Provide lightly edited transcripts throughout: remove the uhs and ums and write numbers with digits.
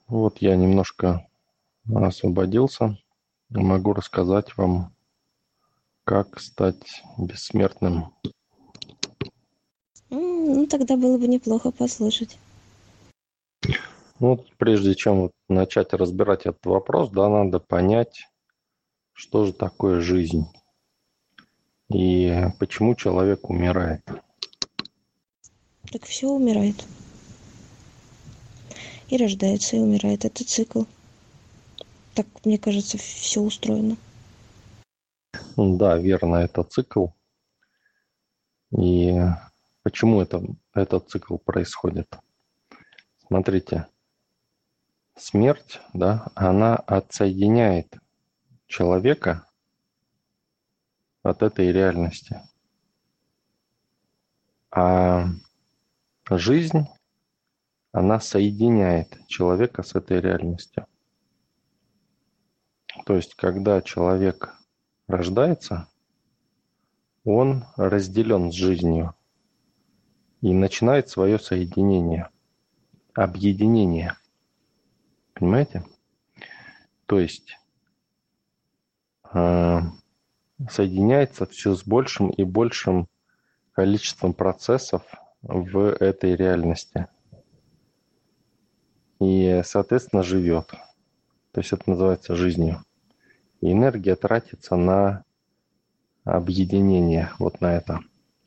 Вот я немножко освободился. Могу рассказать вам, как стать бессмертным. Ну, тогда было бы неплохо послушать. Ну, вот прежде чем начать разбирать этот вопрос, да, надо понять, что же такое жизнь и почему человек умирает. Так все умирает. И рождается, и умирает. Это цикл. Так, мне кажется, все устроено. Да, верно, это цикл. И почему этот цикл происходит? Смотрите, смерть, да, она отсоединяет человека от этой реальности. А жизнь, она соединяет человека с этой реальностью. То есть, когда человек рождается, он разделен с жизнью и начинает свое соединение, объединение. Понимаете? То есть э, соединяется все с большим и большим количеством процессов в этой реальности. И, соответственно, живет. То есть это называется жизнью. И энергия тратится на объединение, вот на это.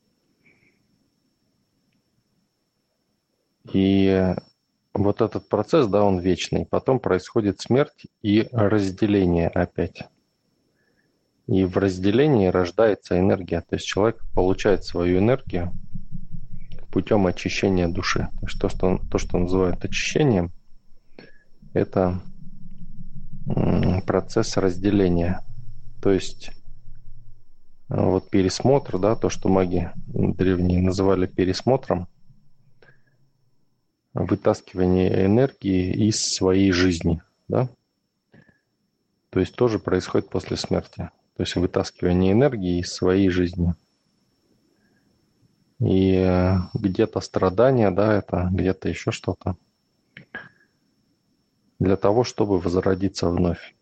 И вот этот процесс, да, он вечный. Потом происходит смерть и разделение опять. И в разделении рождается энергия. То есть человек получает свою энергию путем очищения души. То, что называют очищением, это процесс разделения. То есть вот пересмотр, да, то, что маги древние называли пересмотром, вытаскивание энергии из своей жизни, да, то есть тоже происходит после смерти. То есть вытаскивание энергии из своей жизни. И где-то страдания, да, это где-то еще что-то. Для того, чтобы возродиться вновь.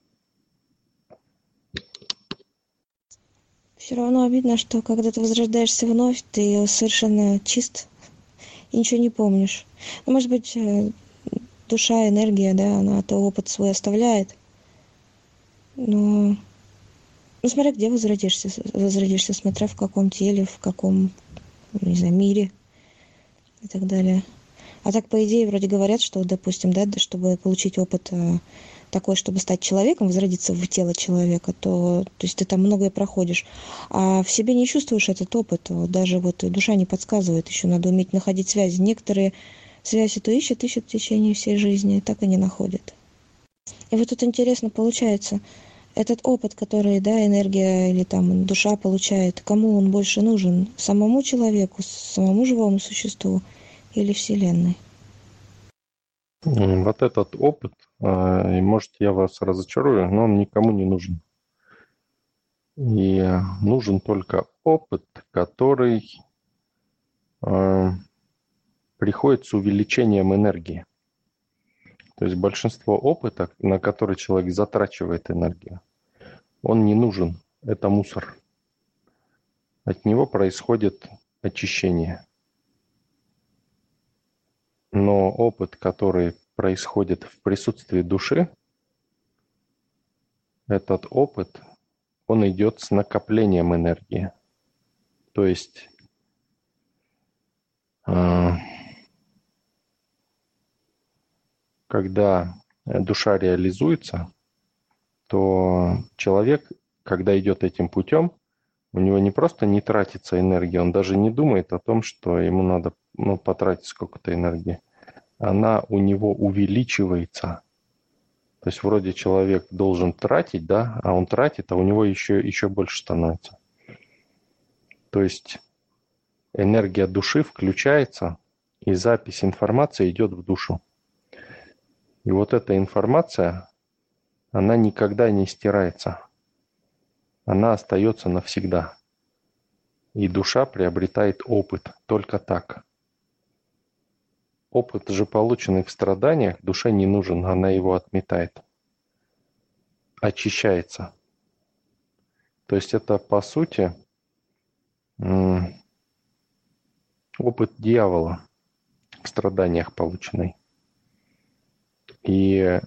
Все равно обидно, что когда ты возрождаешься вновь, ты совершенно чист и ничего не помнишь. Ну, может быть, душа, энергия, да, она-то опыт свой оставляет. Но, ну, смотря где возродишься, смотря в каком теле, в каком, не знаю, мире и так далее. А так, по идее, вроде говорят, что, допустим, да, чтобы получить опыт такой, чтобы стать человеком, возродиться в тело человека, то есть ты там многое проходишь, а в себе не чувствуешь этот опыт, даже вот душа не подсказывает, еще надо уметь находить связи. Некоторые связи то ищут в течение всей жизни, так и не находят. И вот тут интересно получается, этот опыт, который, да, энергия или там душа получает, кому он больше нужен? Самому человеку, самому живому существу или Вселенной? Вот этот опыт, и может я вас разочарую, но он никому не нужен. И нужен только опыт, который приходит с увеличением энергии. То есть большинство опыта, на который человек затрачивает энергию, он не нужен. Это мусор. От него происходит очищение. Но опыт, который происходит в присутствии души, этот опыт, он идет с накоплением энергии. То есть когда душа реализуется, то человек, когда идет этим путем, у него не просто не тратится энергия, он даже не думает о том, что ему надо потратить сколько-то энергии. Она у него увеличивается. То есть вроде человек должен тратить, да, а он тратит, а у него еще больше становится. То есть энергия души включается, и запись информации идет в душу. И вот эта информация, она никогда не стирается. Она остается навсегда. И душа приобретает опыт только так. опыт же, полученный в страданиях, душе не нужен, она его отметает, очищается. То есть это, по сути, опыт дьявола в страданиях полученный. И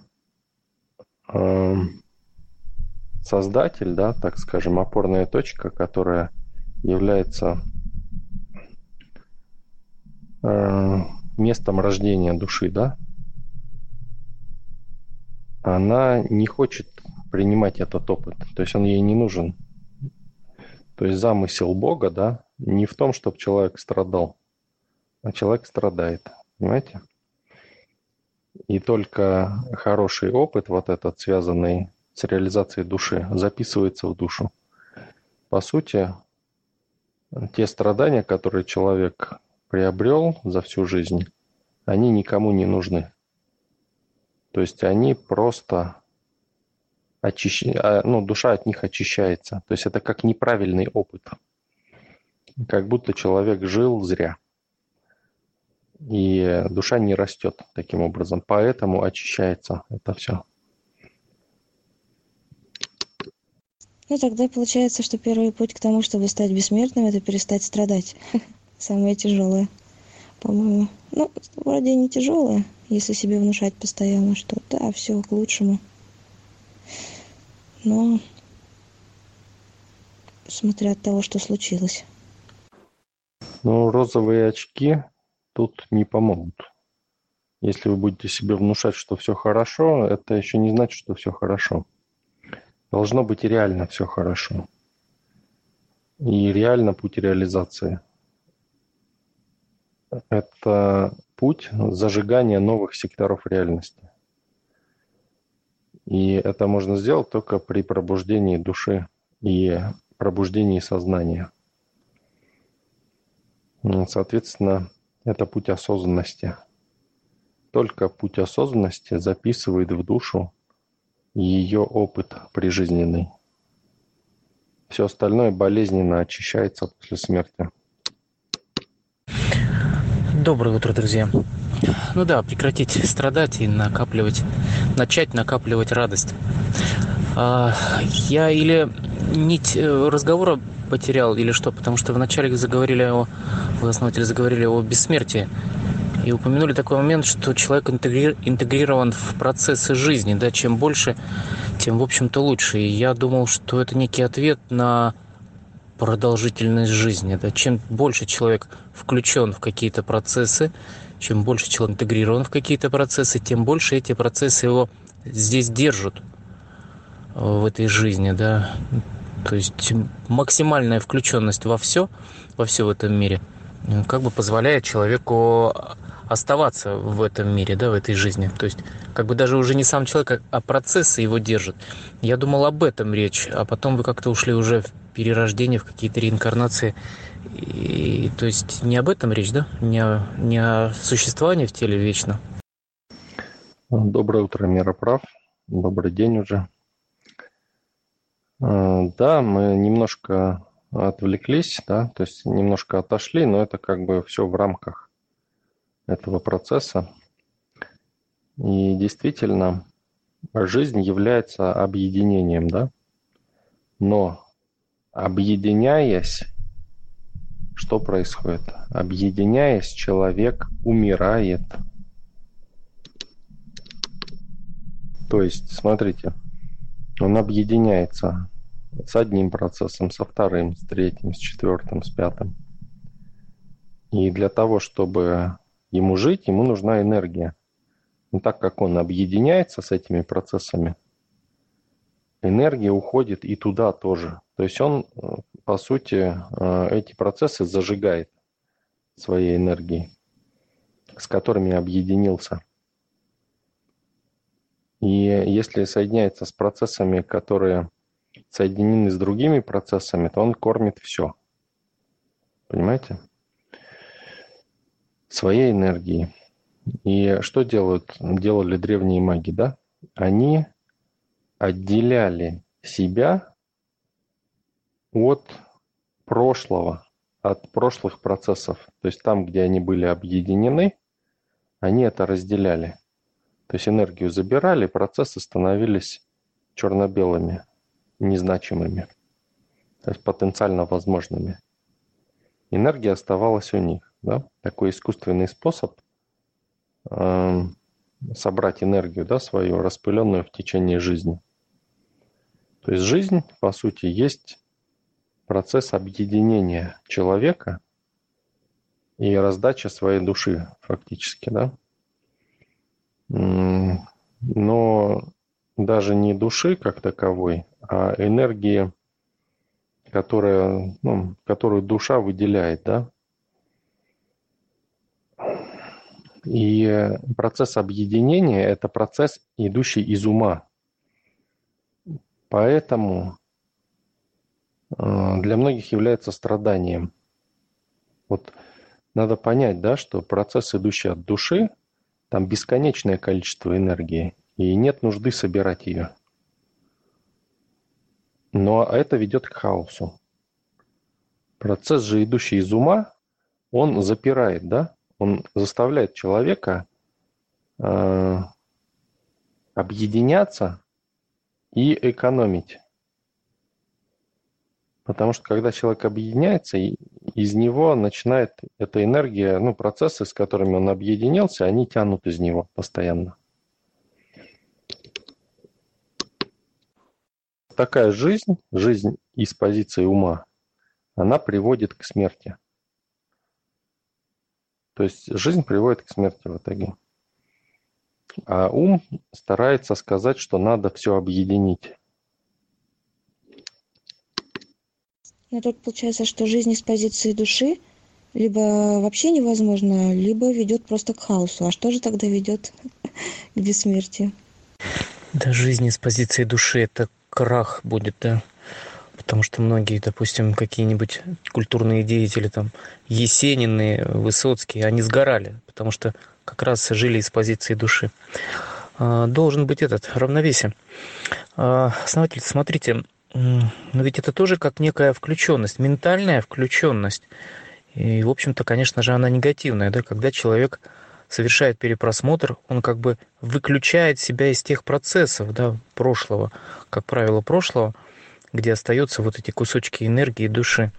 Создатель, да, так скажем, опорная точка, которая является местом рождения души, да, она не хочет принимать этот опыт, то есть он ей не нужен. То есть замысел Бога, да, не в том, чтобы человек страдал, а человек страдает, понимаете? И только хороший опыт, вот этот, связанный с реализацией души, записывается в душу. По сути, те страдания, которые человек приобрел за всю жизнь, они никому не нужны. То есть они просто душа от них очищается. То есть это как неправильный опыт. Как будто человек жил зря. И душа не растет таким образом. Поэтому очищается это все. Ну, тогда получается, что первый путь к тому, чтобы стать бессмертным, это перестать страдать. Самое тяжелое, по-моему. Ну, вроде не тяжелое, если себе внушать постоянно, что да, все к лучшему. Но смотря от того, что случилось. Но розовые очки тут не помогут. Если вы будете себе внушать, что все хорошо, это еще не значит, что все хорошо. Должно быть и реально все хорошо. И реально путь реализации. Это путь зажигания новых секторов реальности. И это можно сделать только при пробуждении души и пробуждении сознания. Соответственно, это путь осознанности. Только путь осознанности записывает в душу ее опыт прижизненный. Все остальное болезненно очищается после смерти. Доброе утро, друзья. Ну да, прекратить страдать и начать накапливать радость. Я или нить разговора потерял, или что, потому что вначале вы, основатели, заговорили о бессмертии. И упомянули такой момент, что человек интегрирован в процессы жизни, да, чем больше, тем, в общем-то, лучше. И я думал, что это некий ответ на продолжительность жизни, да. Чем больше человек включен в какие-то процессы, чем больше человек интегрирован в какие-то процессы, тем больше эти процессы его здесь держат в этой жизни, да. То есть максимальная включенность во все в этом мире, как бы позволяет человеку оставаться в этом мире, да, в этой жизни. То есть как бы даже уже не сам человек, а процессы его держат. Я думал, об этом речь, а потом вы как-то ушли уже в перерождение, в какие-то реинкарнации. И, то есть не об этом речь, да? Не о существовании в теле вечно. Доброе утро, Мироправ. Добрый день уже. Да, мы немножко отвлеклись, да, то есть немножко отошли, но это как бы все в рамках этого процесса. И действительно, жизнь является объединением, да, но объединяясь, что происходит? Объединяясь, человек умирает. То есть, смотрите, он объединяется с одним процессом, со вторым, с третьим, с четвертым, с пятым. И для того, чтобы ему жить, ему нужна энергия. Но так как он объединяется с этими процессами, энергия уходит и туда тоже. То есть он, по сути, эти процессы зажигает своей энергией, с которыми объединился. И если соединяется с процессами, которые соединены с другими процессами, то он кормит все. Понимаете? Своей энергией. И что делали древние маги, да? Они отделяли себя от прошлого, от прошлых процессов. То есть там, где они были объединены, они это разделяли. То есть энергию забирали, процессы становились черно-белыми, незначимыми, то есть потенциально возможными. Энергия оставалась у них. Да? Такой искусственный способ собрать энергию, да, свою, распыленную в течение жизни. То есть жизнь, по сути, есть процесс объединения человека и раздача своей души фактически, да. Но даже не души как таковой, а энергии, которую душа выделяет, да. И процесс объединения – это процесс, идущий из ума. Поэтому для многих является страданием. Вот надо понять, да, что процесс, идущий от души, там бесконечное количество энергии, и нет нужды собирать ее. Но это ведет к хаосу. Процесс же, идущий из ума, он запирает, да, он заставляет человека объединяться и экономить. Потому что когда человек объединяется, из него начинает эта энергия, процессы, с которыми он объединился, они тянут из него постоянно. Такая жизнь из позиции ума, она приводит к смерти. То есть жизнь приводит к смерти в итоге. А ум старается сказать, что надо все объединить. Но тут получается, что жизнь из позиции души либо вообще невозможно, либо ведет просто к хаосу. А что же тогда ведет к бессмертию? Да, жизнь из позиции души — это крах будет, да. Потому что многие, допустим, какие-нибудь культурные деятели, там, Есенины, Высоцкие, они сгорали, потому что как раз жили из позиции души. Должен быть равновесие. Основатель, смотрите, но ведь это тоже как некая включенность, ментальная включенность. И, в общем-то, конечно же, она негативная, да, когда человек совершает перепросмотр, он как бы выключает себя из тех процессов, да, прошлого, как правило, прошлого, где остаются вот эти кусочки энергии души.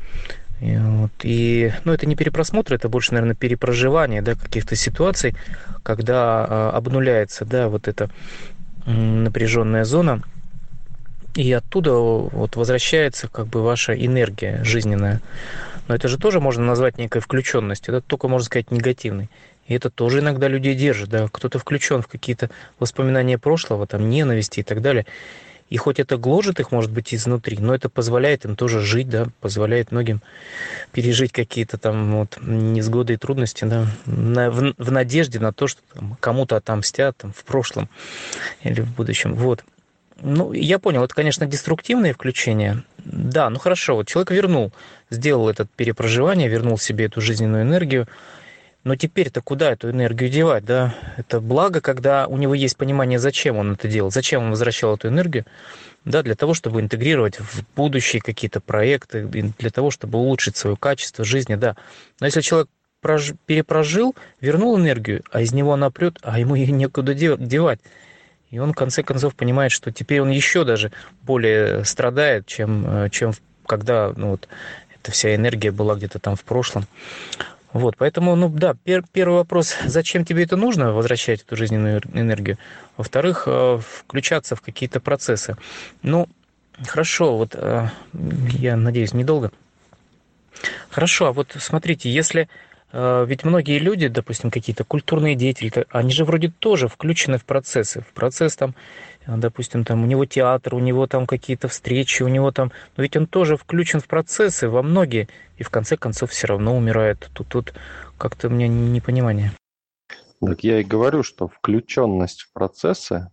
И это не перепросмотр, это больше, наверное, перепроживание, да, каких-то ситуаций, когда обнуляется, да, вот эта напряженная зона, и оттуда вот возвращается как бы ваша энергия жизненная. Но это же тоже можно назвать некой включенностью, это только, можно сказать, негативной. И это тоже иногда людей держит, да, кто-то включен в какие-то воспоминания прошлого, там, ненависти и так далее. И хоть это гложет их, может быть, изнутри, но это позволяет им тоже жить, да, позволяет многим пережить какие-то там вот невзгоды и трудности, да, в надежде на то, что там, кому-то отомстят там, в прошлом или в будущем. Вот. Я понял, это, конечно, деструктивное включение. Да, хорошо, вот человек сделал это перепроживание, вернул себе эту жизненную энергию. Но теперь-то куда эту энергию девать, да? Это благо, когда у него есть понимание, зачем он это делал, зачем он возвращал эту энергию, да, для того, чтобы интегрировать в будущие какие-то проекты, для того, чтобы улучшить свое качество жизни, да. Но если человек перепрожил, вернул энергию, а из него она прет, а ему ее некуда девать. И он, в конце концов, понимает, что теперь он еще даже более страдает, чем когда эта вся энергия была где-то там в прошлом. Вот, поэтому, первый вопрос, зачем тебе это нужно, возвращать эту жизненную энергию? Во-вторых, включаться в какие-то процессы. Хорошо, вот я надеюсь, недолго. Хорошо, а вот смотрите, если ведь многие люди, допустим, какие-то культурные деятели, они же вроде тоже включены в процессы. В процесс там, допустим, там у него театр, у него там какие-то встречи, у него там... Но ведь он тоже включен в процессы во многие, и в конце концов все равно умирает. Тут как-то у меня непонимание. Так я и говорю, что включенность в процессы,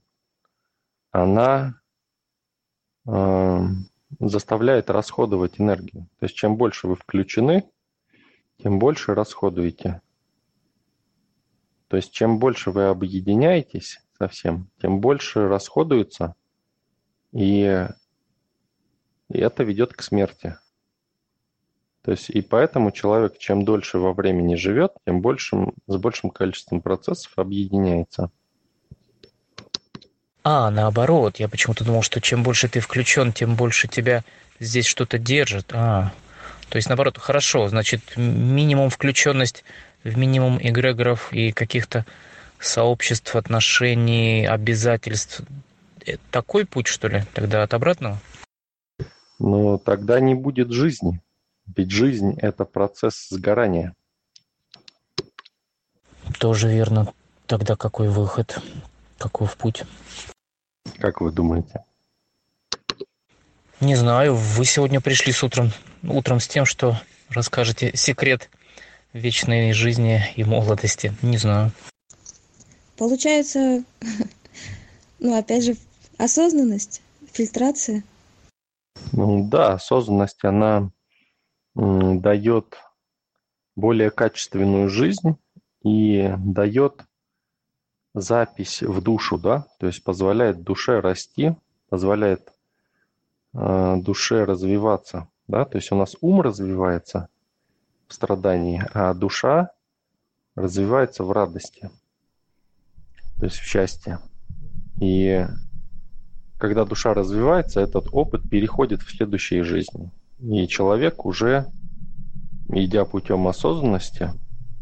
она заставляет расходовать энергию. То есть чем больше вы включены, тем больше расходуете. То есть чем больше вы объединяетесь совсем, тем больше расходуется, и это ведет к смерти. То есть и поэтому человек, чем дольше во времени живет, тем с большим количеством процессов объединяется. Наоборот, я почему-то думал, что чем больше ты включен, тем больше тебя здесь что-то держит. То есть наоборот, хорошо, значит, минимум включенность в минимум эгрегоров и каких-то сообществ, отношений, обязательств. Такой путь, что ли, тогда от обратного? Но тогда не будет жизни. Ведь жизнь – это процесс сгорания. Тоже верно. Тогда какой выход? Каков путь? Как вы думаете? Не знаю, вы сегодня пришли утром с тем, что расскажете секрет вечной жизни и молодости. Не знаю. Получается, ну, опять же, осознанность, фильтрация. Ну да, осознанность, она дает более качественную жизнь и дает запись в душу, да, то есть позволяет душе расти, позволяет душе развиваться, да, то есть у нас ум развивается в страдании, а душа развивается в радости, то есть в счастье. И когда душа развивается, этот опыт переходит в следующие жизни. И человек уже, идя путем осознанности,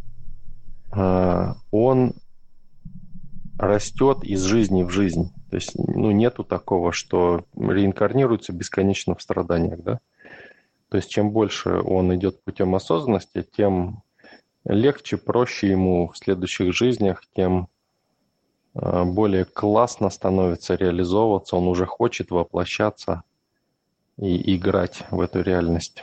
он растет из жизни в жизнь. То есть, ну, нету такого, что реинкарнируется бесконечно в страданиях, да? То есть, чем больше он идет путем осознанности, тем легче, проще ему в следующих жизнях, тем более классно становится реализовываться, он уже хочет воплощаться и играть в эту реальность.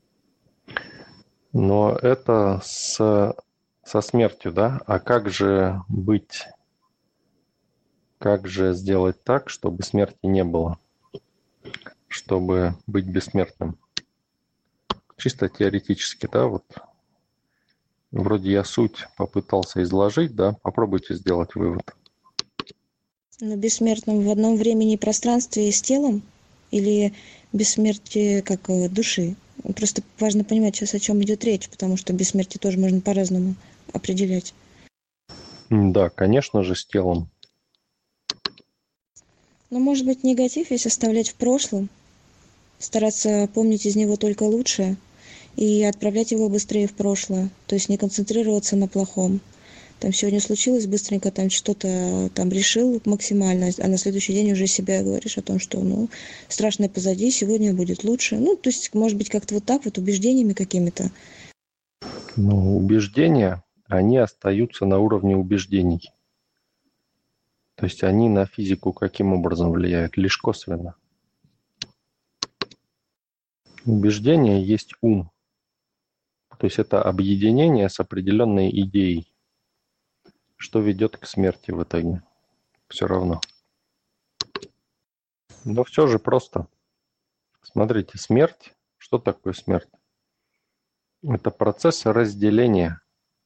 Но это со смертью, да? А как же быть? Как же сделать так, чтобы смерти не было? Чтобы быть бессмертным? Чисто теоретически, да, вот вроде я суть попытался изложить, да, попробуйте сделать вывод. Но бессмертным в одном времени и пространстве с телом или бессмертие как души? Просто важно понимать сейчас, о чем идет речь, потому что бессмертие тоже можно по-разному определять. Да, конечно же, с телом. Но, может быть, негатив есть оставлять в прошлом, стараться помнить из него только лучшее и отправлять его быстрее в прошлое, то есть не концентрироваться на плохом. Там сегодня случилось быстренько, там что-то там решил максимально, а на следующий день уже себя говоришь о том, что, ну, страшное позади, сегодня будет лучше. Ну, то есть, может быть, как-то вот так вот, убеждениями какими-то. Но убеждения, они остаются на уровне убеждений. То есть они на физику каким образом влияют? Лишь косвенно. Убеждение есть ум. То есть это объединение с определенной идеей, что ведет к смерти в итоге. Все равно. Но все же просто. Смотрите, смерть. Что такое смерть? Это процесс разделения.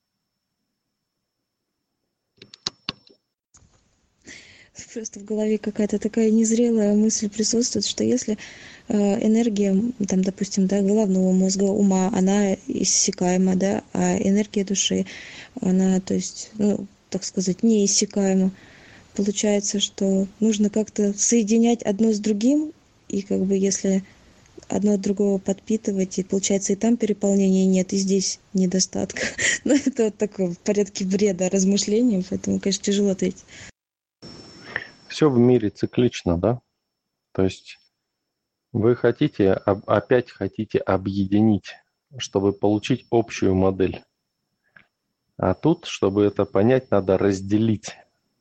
Просто в голове какая-то такая незрелая мысль присутствует, что если энергия, там, допустим, да, головного мозга, ума, она иссякаема, да, а энергия души, она, то есть, ну, так сказать, неиссякаема. Получается, что нужно как-то соединять одно с другим, и как бы если одно от другого подпитывать, и получается и там переполнения нет, и здесь недостатка. Но это вот такое в порядке бреда размышления, поэтому, конечно, тяжело ответить. Все в мире циклично, да? То есть вы опять хотите объединить, чтобы получить общую модель. А тут, чтобы это понять, надо разделить.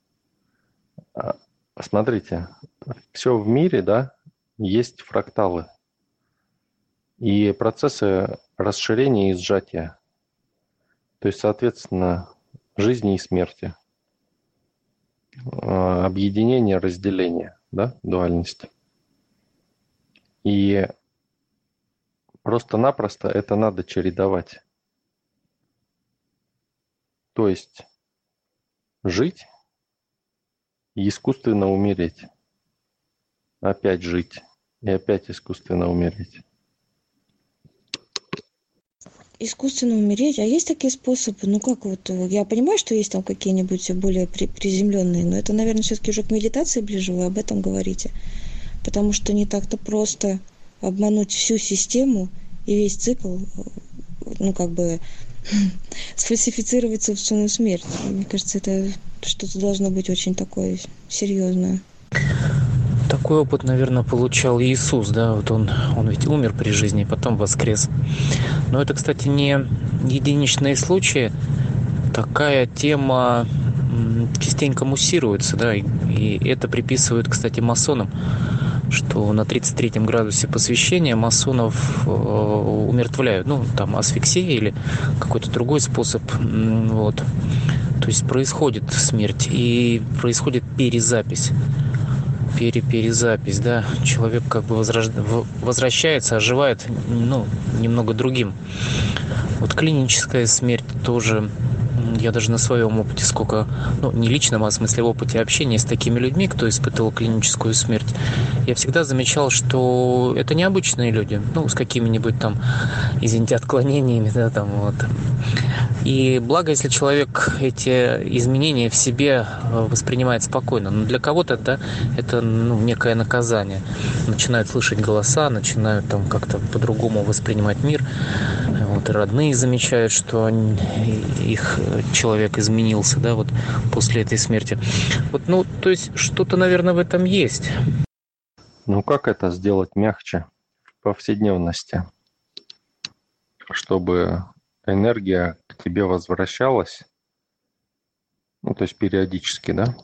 Смотрите, все в мире, да, есть фракталы и процессы расширения и сжатия. То есть, соответственно, жизни и смерти, объединение, разделение, да, дуальность. И просто-напросто это надо чередовать. То есть жить и искусственно умереть. Опять жить и опять искусственно умереть. искусственно умереть. А есть такие способы? Ну как вот, я понимаю, что есть там какие-нибудь более приземленные, но это, наверное, все-таки уже к медитации ближе, вы об этом говорите. Потому что не так-то просто обмануть всю систему и весь цикл, ну как бы сфальсифицировать собственную смерть. Мне кажется, это что-то должно быть очень такое серьезное. Такой опыт, наверное, получал Иисус, да, вот он ведь умер при жизни, потом воскрес. Но это, кстати, не единичные случаи. Такая тема частенько муссируется, да, и это приписывают, кстати, масонам, что на 33-м градусе посвящения масонов умертвляют, ну, там, асфиксия или какой-то другой способ, вот. То есть происходит смерть и происходит перезапись. Перезапись, да, человек как бы возвращается, оживает, ну, немного другим. Вот клиническая смерть тоже, я даже на своем опыте сколько, ну, не личном, а в смысле в опыте общения с такими людьми, кто испытывал клиническую смерть, я всегда замечал, что это необычные люди, ну, с какими-нибудь там, извините, отклонениями, да, там вот. И благо, если человек эти изменения в себе воспринимает спокойно. Но для кого-то, да, это, ну, некое наказание. Начинают слышать голоса, начинают там как-то по-другому воспринимать мир. Вот, и родные замечают, что их человек изменился, да, вот после этой смерти. Вот, ну, то есть что-то, наверное, в этом есть. Ну как это сделать мягче в повседневности, чтобы энергия к тебе возвращалась, ну, то есть периодически, да?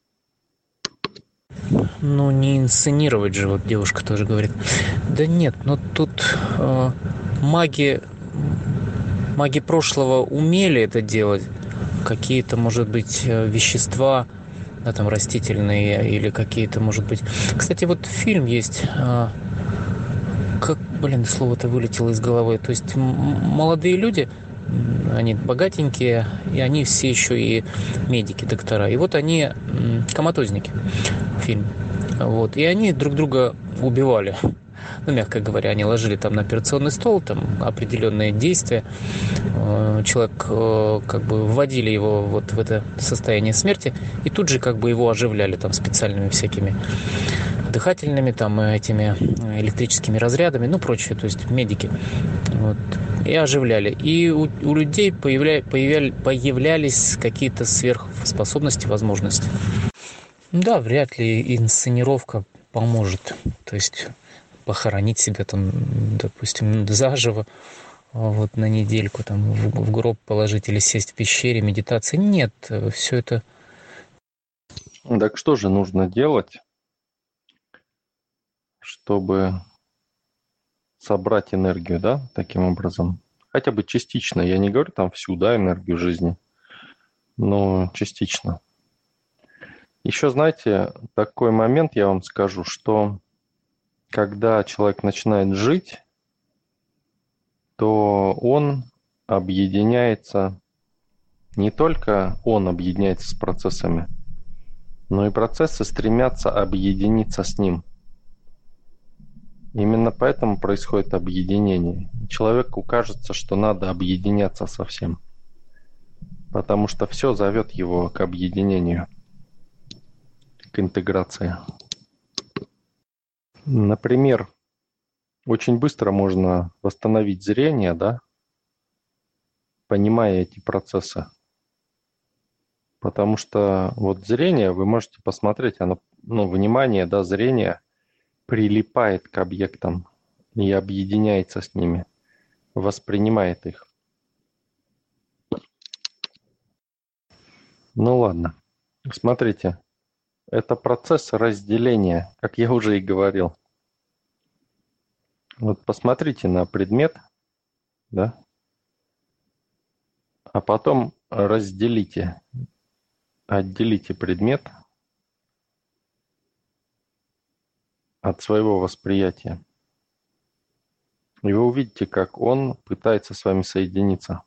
Ну, не инсценировать же, вот девушка тоже говорит. Да нет, но тут маги прошлого умели это делать. Какие-то, может быть, вещества, да, там растительные или какие-то, может быть. Кстати, вот фильм есть. Как, блин, слово-то вылетело из головы. То есть молодые люди, они богатенькие, и они все еще и медики, доктора. И вот они коматозники, фильм. Вот. И они друг друга убивали. Ну, мягко говоря, они ложили там на операционный стол, там определенные действия. Человек, как бы вводили его вот в это состояние смерти, и тут же как бы его оживляли там специальными всякими дыхательными, там, этими электрическими разрядами, ну, прочее, то есть медики. Вот, и оживляли. И у людей появлялись какие-то сверхспособности, возможности. Да, вряд ли инсценировка поможет. То есть похоронить себя там, допустим, заживо, вот на недельку там в гроб положить или сесть в пещере, медитация. Нет, все это... Так что же нужно делать, чтобы собрать энергию, да, таким образом? Хотя бы частично. Я не говорю там всю, да, энергию жизни, но частично. Еще, знаете, такой момент я вам скажу, что когда человек начинает жить, то он объединяется, не только он объединяется с процессами, но и процессы стремятся объединиться с ним. Именно поэтому происходит объединение. Человеку кажется, что надо объединяться со всем, потому что все зовет его к объединению, к интеграции. Например, очень быстро можно восстановить зрение, да, понимая эти процессы. Потому что вот зрение, вы можете посмотреть, оно, ну, внимание, да, зрение прилипает к объектам и объединяется с ними, воспринимает их. Ну ладно, смотрите, это процесс разделения, как я уже и говорил. Вот посмотрите на предмет, да, а потом разделите, отделите предмет от своего восприятия. И вы увидите, как он пытается с вами соединиться.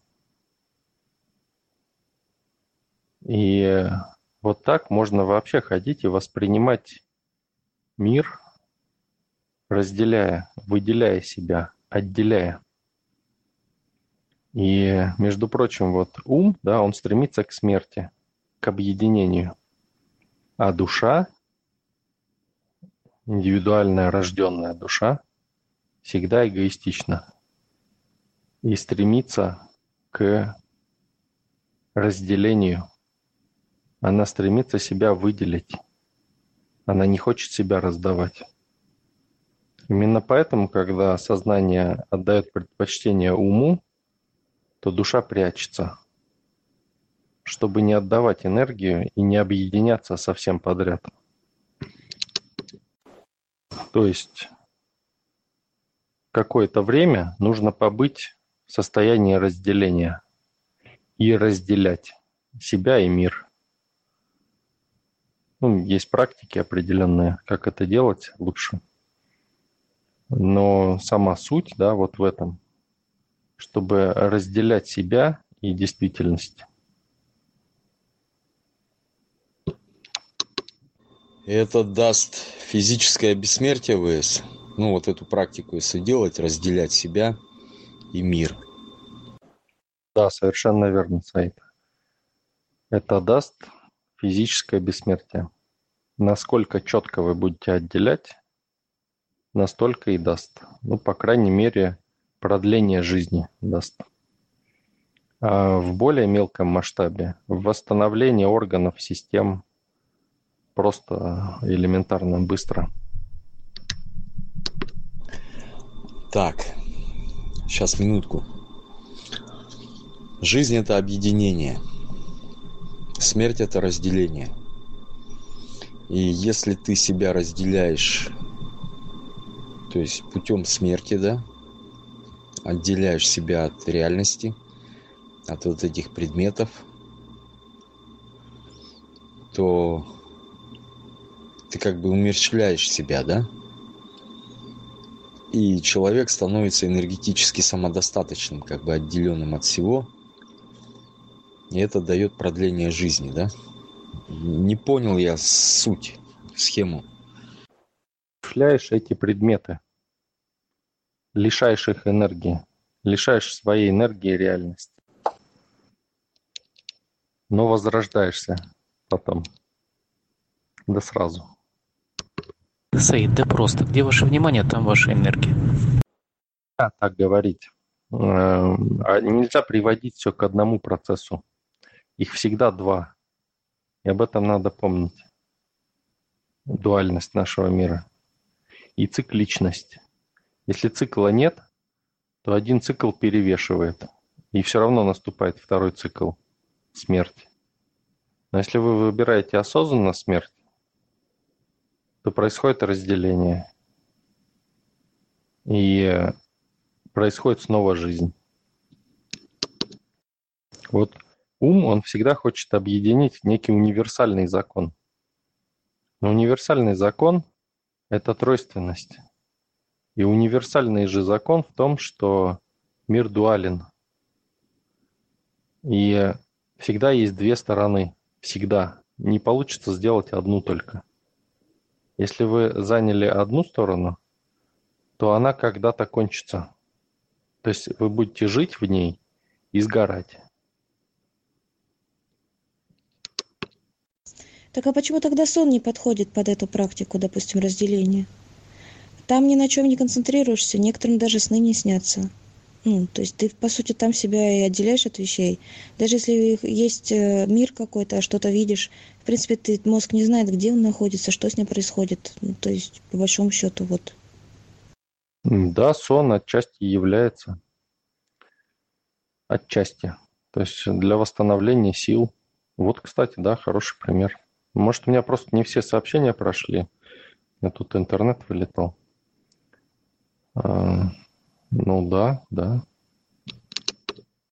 И вот так можно вообще ходить и воспринимать мир, разделяя, выделяя себя, отделяя. И, между прочим, вот ум, да, он стремится к смерти, к объединению. А душа, индивидуальная рожденная душа, всегда эгоистична и стремится к разделению. Она стремится себя выделить. Она не хочет себя раздавать. Именно поэтому, когда сознание отдает предпочтение уму, то душа прячется, чтобы не отдавать энергию и не объединяться совсем подряд. То есть какое-то время нужно побыть в состоянии разделения и разделять себя и мир. Ну, есть практики определенные, как это делать лучше. Но сама суть, да, вот в этом, чтобы разделять себя и действительность. Это даст физическое бессмертие ВС. Ну, вот эту практику, если делать, разделять себя и мир. Да, совершенно верно, Саид. Это даст физическое бессмертие. Насколько четко вы будете отделять, настолько и даст. Ну, по крайней мере, продление жизни даст. А в более мелком масштабе восстановление органов, систем просто элементарно быстро. Так, сейчас минутку. Жизнь – это объединение. Смерть – это разделение. И если ты себя разделяешь, то есть путем смерти, да, отделяешь себя от реальности, от вот этих предметов, то ты как бы умерщвляешь себя, да? И человек становится энергетически самодостаточным, как бы отделенным от всего. И это дает продление жизни, да? Не понял я суть, схему. Умерщвляешь эти предметы, лишаешь их энергии, лишаешь своей энергии реальности. Но возрождаешься потом. Да сразу. Саид, да просто. Где ваше внимание, там ваша энергия. Так говорить. А нельзя приводить все к одному процессу. Их всегда два. И об этом надо помнить. Дуальность нашего мира. И цикличность. Если цикла нет, то один цикл перевешивает. И все равно наступает второй цикл смерти. Но если вы выбираете осознанно смерть, то происходит разделение. И происходит снова жизнь. Вот ум, он всегда хочет объединить некий универсальный закон. Но универсальный закон – это тройственность. И универсальный же закон в том, что мир дуален. И всегда есть две стороны. Всегда. Не получится сделать одну только. Если вы заняли одну сторону, то она когда-то кончится. То есть вы будете жить в ней и сгорать. Так а почему тогда сон не подходит под эту практику, допустим, разделения? Там ни на чем не концентрируешься, некоторым даже сны не снятся. То есть ты, по сути, там себя и отделяешь от вещей. Даже если есть мир какой-то, а что-то видишь, в принципе, мозг не знает, где он находится, что с ним происходит. То есть, по большому счету, вот. Да, сон отчасти является. Отчасти. То есть для восстановления сил. Вот, кстати, да, хороший пример. Может, у меня просто не все сообщения прошли. У меня тут интернет вылетал. Ну да.